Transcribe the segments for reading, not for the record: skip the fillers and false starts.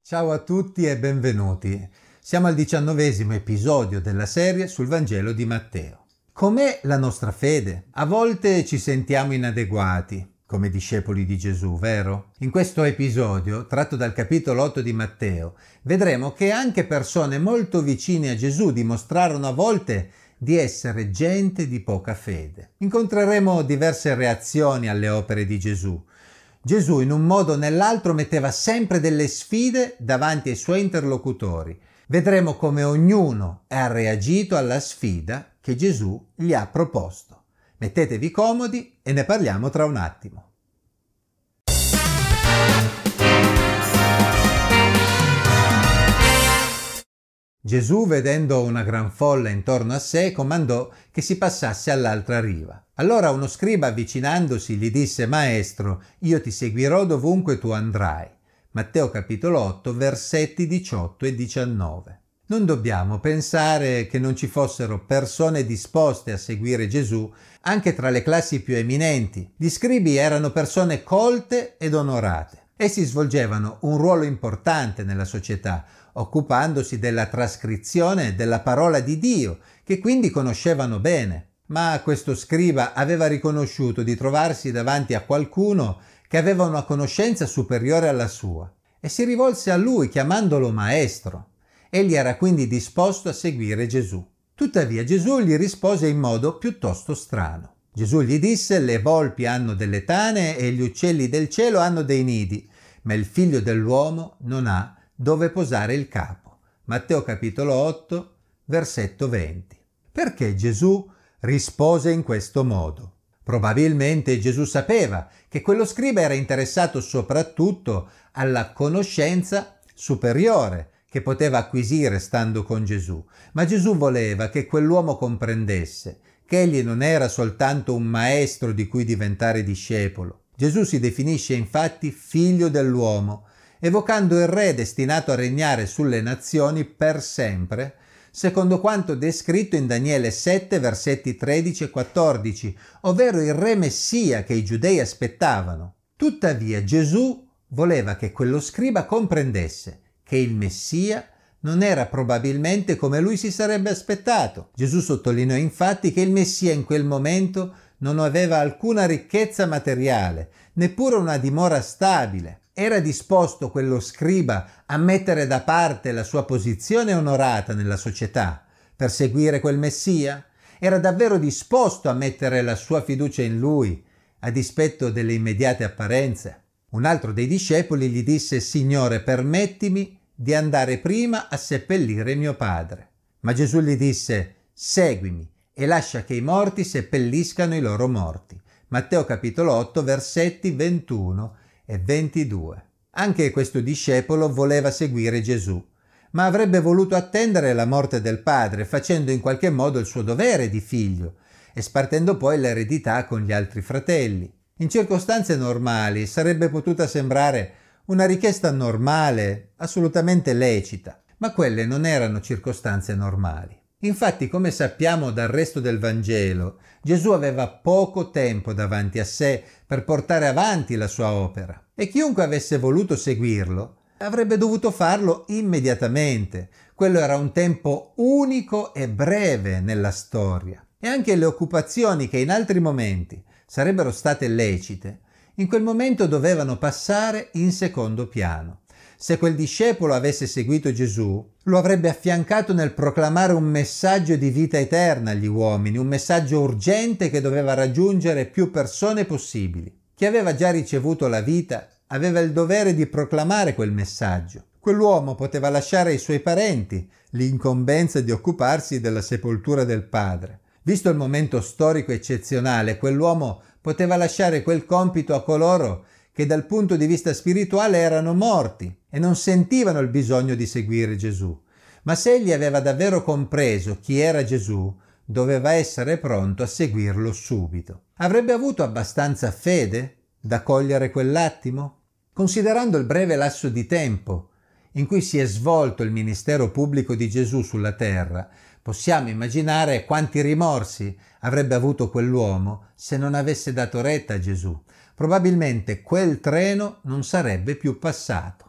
Ciao a tutti e benvenuti. Siamo al 19° episodio della serie sul Vangelo di Matteo. Com'è la nostra fede? A volte ci sentiamo inadeguati, come discepoli di Gesù, vero? In questo episodio, tratto dal capitolo 8 di Matteo, vedremo che anche persone molto vicine a Gesù dimostrarono a volte di essere gente di poca fede. Incontreremo diverse reazioni alle opere di Gesù. Gesù in un modo o nell'altro metteva sempre delle sfide davanti ai suoi interlocutori. Vedremo come ognuno ha reagito alla sfida che Gesù gli ha proposto. Mettetevi comodi e ne parliamo tra un attimo. Gesù, vedendo una gran folla intorno a sé, comandò che si passasse all'altra riva. Allora uno scriba, avvicinandosi, gli disse: «Maestro, io ti seguirò dovunque tu andrai». Matteo capitolo 8, versetti 18 e 19. Non dobbiamo pensare che non ci fossero persone disposte a seguire Gesù anche tra le classi più eminenti. Gli scribi erano persone colte ed onorate. Essi svolgevano un ruolo importante nella società, occupandosi della trascrizione della parola di Dio, che quindi conoscevano bene. Ma questo scriba aveva riconosciuto di trovarsi davanti a qualcuno che aveva una conoscenza superiore alla sua e si rivolse a lui chiamandolo maestro. Egli era quindi disposto a seguire Gesù. Tuttavia Gesù gli rispose in modo piuttosto strano. Gesù gli disse: «Le volpi hanno delle tane e gli uccelli del cielo hanno dei nidi, ma il figlio dell'uomo non ha dove posare il capo». Matteo capitolo 8, versetto 20. Perché Gesù rispose in questo modo? Probabilmente Gesù sapeva che quello scriba era interessato soprattutto alla conoscenza superiore che poteva acquisire stando con Gesù, ma Gesù voleva che quell'uomo comprendesse che egli non era soltanto un maestro di cui diventare discepolo. Gesù si definisce infatti figlio dell'uomo, evocando il re destinato a regnare sulle nazioni per sempre, secondo quanto descritto in Daniele 7, versetti 13 e 14, ovvero il re Messia che i giudei aspettavano. Tuttavia Gesù voleva che quello scriba comprendesse che il Messia non era probabilmente come lui si sarebbe aspettato. Gesù sottolineò infatti che il Messia in quel momento non aveva alcuna ricchezza materiale, neppure una dimora stabile. Era disposto quello scriba a mettere da parte la sua posizione onorata nella società per seguire quel Messia? Era davvero disposto a mettere la sua fiducia in lui, a dispetto delle immediate apparenze? Un altro dei discepoli gli disse: «Signore, permettimi di andare prima a seppellire mio padre». Ma Gesù gli disse: «Seguimi e lascia che i morti seppelliscano i loro morti». Matteo capitolo 8, versetti 21 e 22. Anche questo discepolo voleva seguire Gesù, ma avrebbe voluto attendere la morte del padre, facendo in qualche modo il suo dovere di figlio e spartendo poi l'eredità con gli altri fratelli. In circostanze normali sarebbe potuta sembrare una richiesta normale, assolutamente lecita, ma quelle non erano circostanze normali. Infatti, come sappiamo dal resto del Vangelo, Gesù aveva poco tempo davanti a sé per portare avanti la sua opera e chiunque avesse voluto seguirlo avrebbe dovuto farlo immediatamente. Quello era un tempo unico e breve nella storia e anche le occupazioni che in altri momenti sarebbero state lecite, in quel momento dovevano passare in secondo piano. Se quel discepolo avesse seguito Gesù, lo avrebbe affiancato nel proclamare un messaggio di vita eterna agli uomini, un messaggio urgente che doveva raggiungere più persone possibili. Chi aveva già ricevuto la vita aveva il dovere di proclamare quel messaggio. Quell'uomo poteva lasciare ai suoi parenti l'incombenza di occuparsi della sepoltura del padre. Visto il momento storico eccezionale, quell'uomo poteva lasciare quel compito a coloro che dal punto di vista spirituale erano morti e non sentivano il bisogno di seguire Gesù. Ma se egli aveva davvero compreso chi era Gesù, doveva essere pronto a seguirlo subito. Avrebbe avuto abbastanza fede da cogliere quell'attimo? Considerando il breve lasso di tempo in cui si è svolto il ministero pubblico di Gesù sulla terra, possiamo immaginare quanti rimorsi avrebbe avuto quell'uomo se non avesse dato retta a Gesù. Probabilmente quel treno non sarebbe più passato.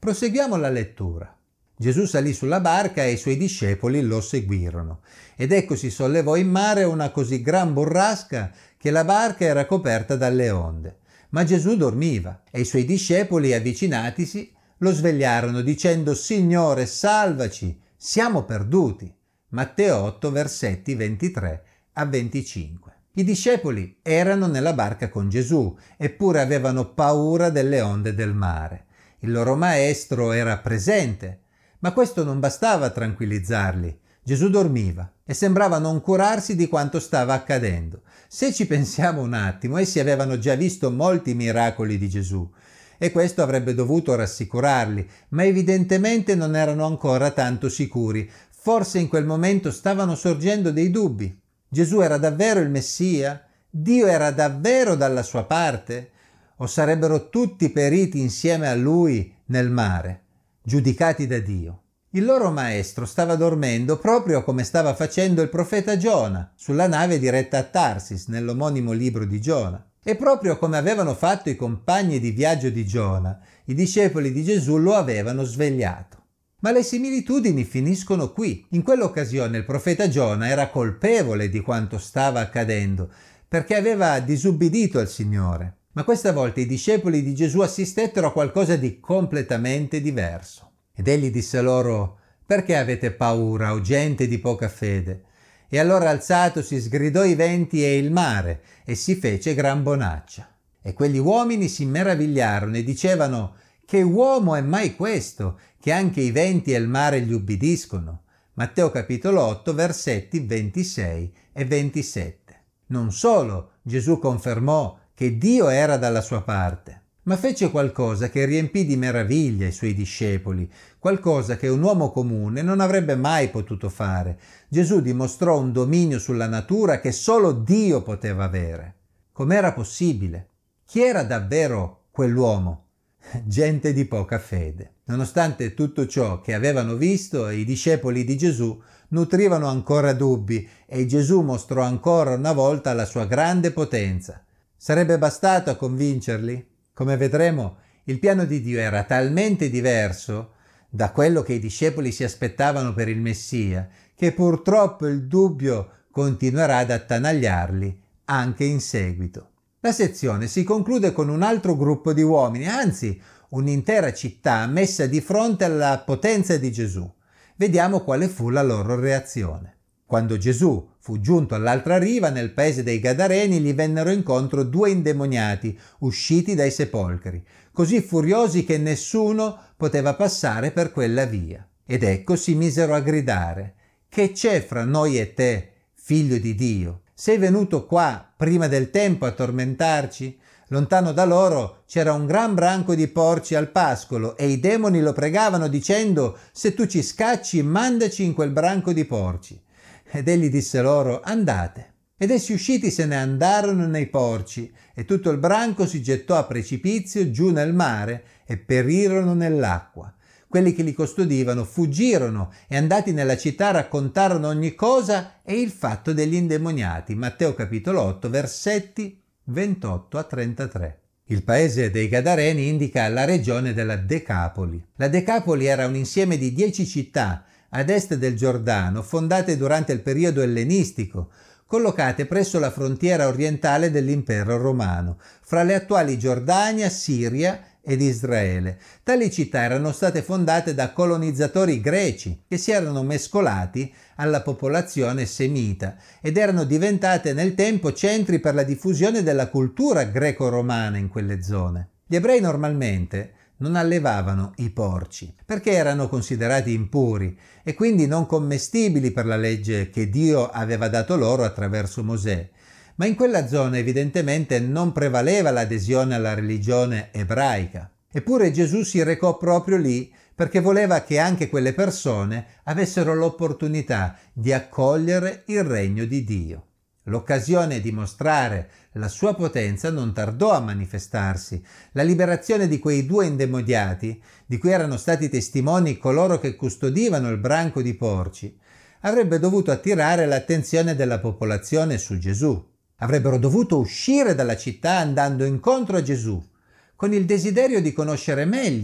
Proseguiamo la lettura. Gesù salì sulla barca e i suoi discepoli lo seguirono. Ed ecco si sollevò in mare una così gran burrasca che la barca era coperta dalle onde. Ma Gesù dormiva e i suoi discepoli, avvicinatisi, lo svegliarono dicendo: Signore, salvaci, siamo perduti. Matteo 8, versetti 23 a 25. I discepoli erano nella barca con Gesù, eppure avevano paura delle onde del mare. Il loro maestro era presente, ma questo non bastava a tranquillizzarli. Gesù dormiva e sembrava non curarsi di quanto stava accadendo. Se ci pensiamo un attimo, essi avevano già visto molti miracoli di Gesù e questo avrebbe dovuto rassicurarli, ma evidentemente non erano ancora tanto sicuri. Forse in quel momento stavano sorgendo dei dubbi. Gesù era davvero il Messia? Dio era davvero dalla sua parte? O sarebbero tutti periti insieme a lui nel mare, giudicati da Dio? Il loro maestro stava dormendo proprio come stava facendo il profeta Giona sulla nave diretta a Tarsis nell'omonimo libro di Giona. E proprio come avevano fatto i compagni di viaggio di Giona, i discepoli di Gesù lo avevano svegliato. Ma le similitudini finiscono qui. In quell'occasione il profeta Giona era colpevole di quanto stava accadendo perché aveva disubbidito al Signore. Ma questa volta i discepoli di Gesù assistettero a qualcosa di completamente diverso. Ed egli disse loro: perché avete paura, o gente di poca fede? E allora alzatosi sgridò i venti e il mare, e si fece gran bonaccia. E quegli uomini si meravigliarono e dicevano: che uomo è mai questo, che anche i venti e il mare gli ubbidiscono? Matteo capitolo 8, versetti 26 e 27. Non solo Gesù confermò che Dio era dalla sua parte, ma fece qualcosa che riempì di meraviglia i suoi discepoli, qualcosa che un uomo comune non avrebbe mai potuto fare. Gesù dimostrò un dominio sulla natura che solo Dio poteva avere. Com'era possibile? Chi era davvero quell'uomo? Gente di poca fede. Nonostante tutto ciò che avevano visto, i discepoli di Gesù nutrivano ancora dubbi e Gesù mostrò ancora una volta la sua grande potenza. Sarebbe bastato a convincerli? Come vedremo, il piano di Dio era talmente diverso da quello che i discepoli si aspettavano per il Messia, che purtroppo il dubbio continuerà ad attanagliarli anche in seguito. La sezione si conclude con un altro gruppo di uomini, anzi un'intera città messa di fronte alla potenza di Gesù. Vediamo quale fu la loro reazione. Quando Gesù fu giunto all'altra riva, nel paese dei Gadareni, gli vennero incontro 2 indemoniati usciti dai sepolcri, così furiosi che nessuno poteva passare per quella via. Ed ecco si misero a gridare: che c'è fra noi e te, figlio di Dio? Sei venuto qua prima del tempo a tormentarci? Lontano da loro c'era un gran branco di porci al pascolo e i demoni lo pregavano dicendo: se tu ci scacci, mandaci in quel branco di porci. Ed egli disse loro: andate. Ed essi usciti se ne andarono nei porci, e tutto il branco si gettò a precipizio giù nel mare e perirono nell'acqua. Quelli che li custodivano fuggirono e andati nella città raccontarono ogni cosa e il fatto degli indemoniati. Matteo capitolo 8, versetti 28 a 33. Il paese dei Gadareni indica la regione della Decapoli. La Decapoli era un insieme di 10 città ad est del Giordano, fondate durante il periodo ellenistico, collocate presso la frontiera orientale dell'impero romano, fra le attuali Giordania, Siria ed Israele. Tali città erano state fondate da colonizzatori greci che si erano mescolati alla popolazione semita ed erano diventate nel tempo centri per la diffusione della cultura greco-romana in quelle zone. Gli ebrei normalmente non allevavano i porci perché erano considerati impuri e quindi non commestibili per la legge che Dio aveva dato loro attraverso Mosè. Ma in quella zona evidentemente non prevaleva l'adesione alla religione ebraica. Eppure Gesù si recò proprio lì perché voleva che anche quelle persone avessero l'opportunità di accogliere il regno di Dio. L'occasione di mostrare la sua potenza non tardò a manifestarsi. La liberazione di quei 2 indemoniati, di cui erano stati testimoni coloro che custodivano il branco di porci, avrebbe dovuto attirare l'attenzione della popolazione su Gesù. Avrebbero dovuto uscire dalla città andando incontro a Gesù, con il desiderio di conoscere meglio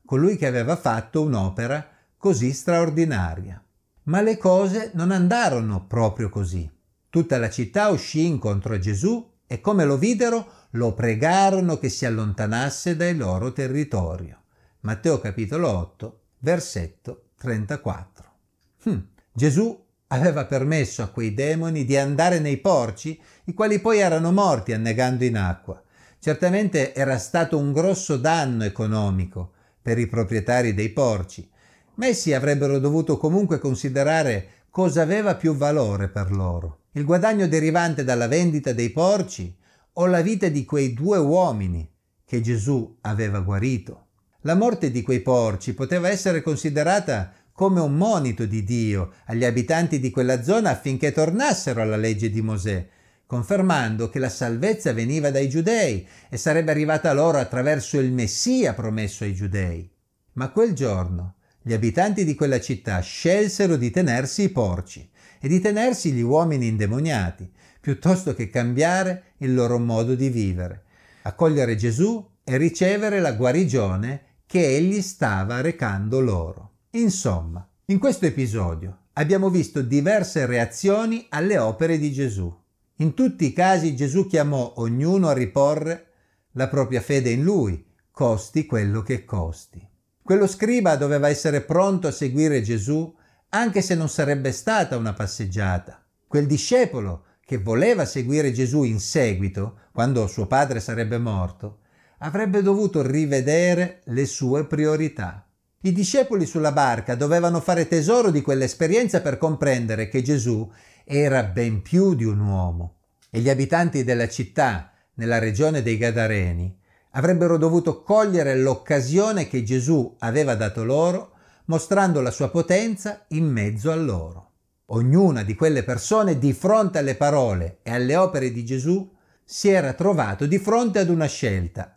colui che aveva fatto un'opera così straordinaria. Ma le cose non andarono proprio così. Tutta la città uscì incontro a Gesù e come lo videro lo pregarono che si allontanasse dal loro territorio. Matteo capitolo 8, versetto 34. Gesù aveva permesso a quei demoni di andare nei porci, i quali poi erano morti annegando in acqua. Certamente era stato un grosso danno economico per i proprietari dei porci, ma essi avrebbero dovuto comunque considerare cosa aveva più valore per loro: il guadagno derivante dalla vendita dei porci o la vita di quei 2 uomini che Gesù aveva guarito. La morte di quei porci poteva essere considerata come un monito di Dio agli abitanti di quella zona affinché tornassero alla legge di Mosè, confermando che la salvezza veniva dai giudei e sarebbe arrivata loro attraverso il Messia promesso ai giudei. Ma quel giorno gli abitanti di quella città scelsero di tenersi i porci e di tenersi gli uomini indemoniati, piuttosto che cambiare il loro modo di vivere, accogliere Gesù e ricevere la guarigione che egli stava recando loro. Insomma, in questo episodio abbiamo visto diverse reazioni alle opere di Gesù. In tutti i casi Gesù chiamò ognuno a riporre la propria fede in Lui, costi quello che costi. Quello scriba doveva essere pronto a seguire Gesù anche se non sarebbe stata una passeggiata. Quel discepolo che voleva seguire Gesù in seguito, quando suo padre sarebbe morto, avrebbe dovuto rivedere le sue priorità. I discepoli sulla barca dovevano fare tesoro di quell'esperienza per comprendere che Gesù era ben più di un uomo. E gli abitanti della città, nella regione dei Gadareni, avrebbero dovuto cogliere l'occasione che Gesù aveva dato loro, mostrando la sua potenza in mezzo a loro. Ognuna di quelle persone, di fronte alle parole e alle opere di Gesù, si era trovato di fronte ad una scelta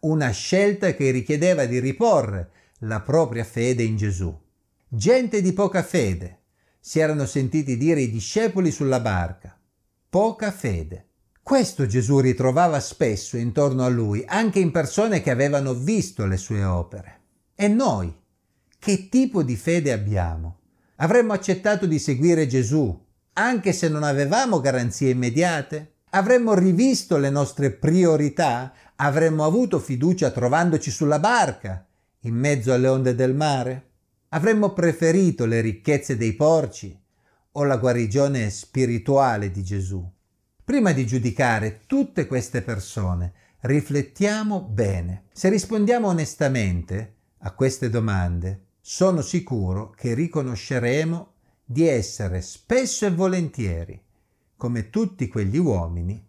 che richiedeva di riporre la propria fede in Gesù. Gente di poca fede, si erano sentiti dire i discepoli sulla barca. Poca fede. Questo Gesù ritrovava spesso intorno a lui, anche in persone che avevano visto le sue opere. E noi, che tipo di fede abbiamo? Avremmo accettato di seguire Gesù, anche se non avevamo garanzie immediate? Avremmo rivisto le nostre priorità? Avremmo avuto fiducia trovandoci sulla barca, in mezzo alle onde del mare? Avremmo preferito le ricchezze dei porci o la guarigione spirituale di Gesù? Prima di giudicare tutte queste persone, riflettiamo bene. Se rispondiamo onestamente a queste domande, sono sicuro che riconosceremo di essere spesso e volentieri, come tutti quegli uomini,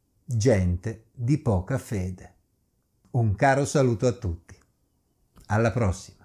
gente di poca fede. Un caro saluto a tutti. Alla prossima.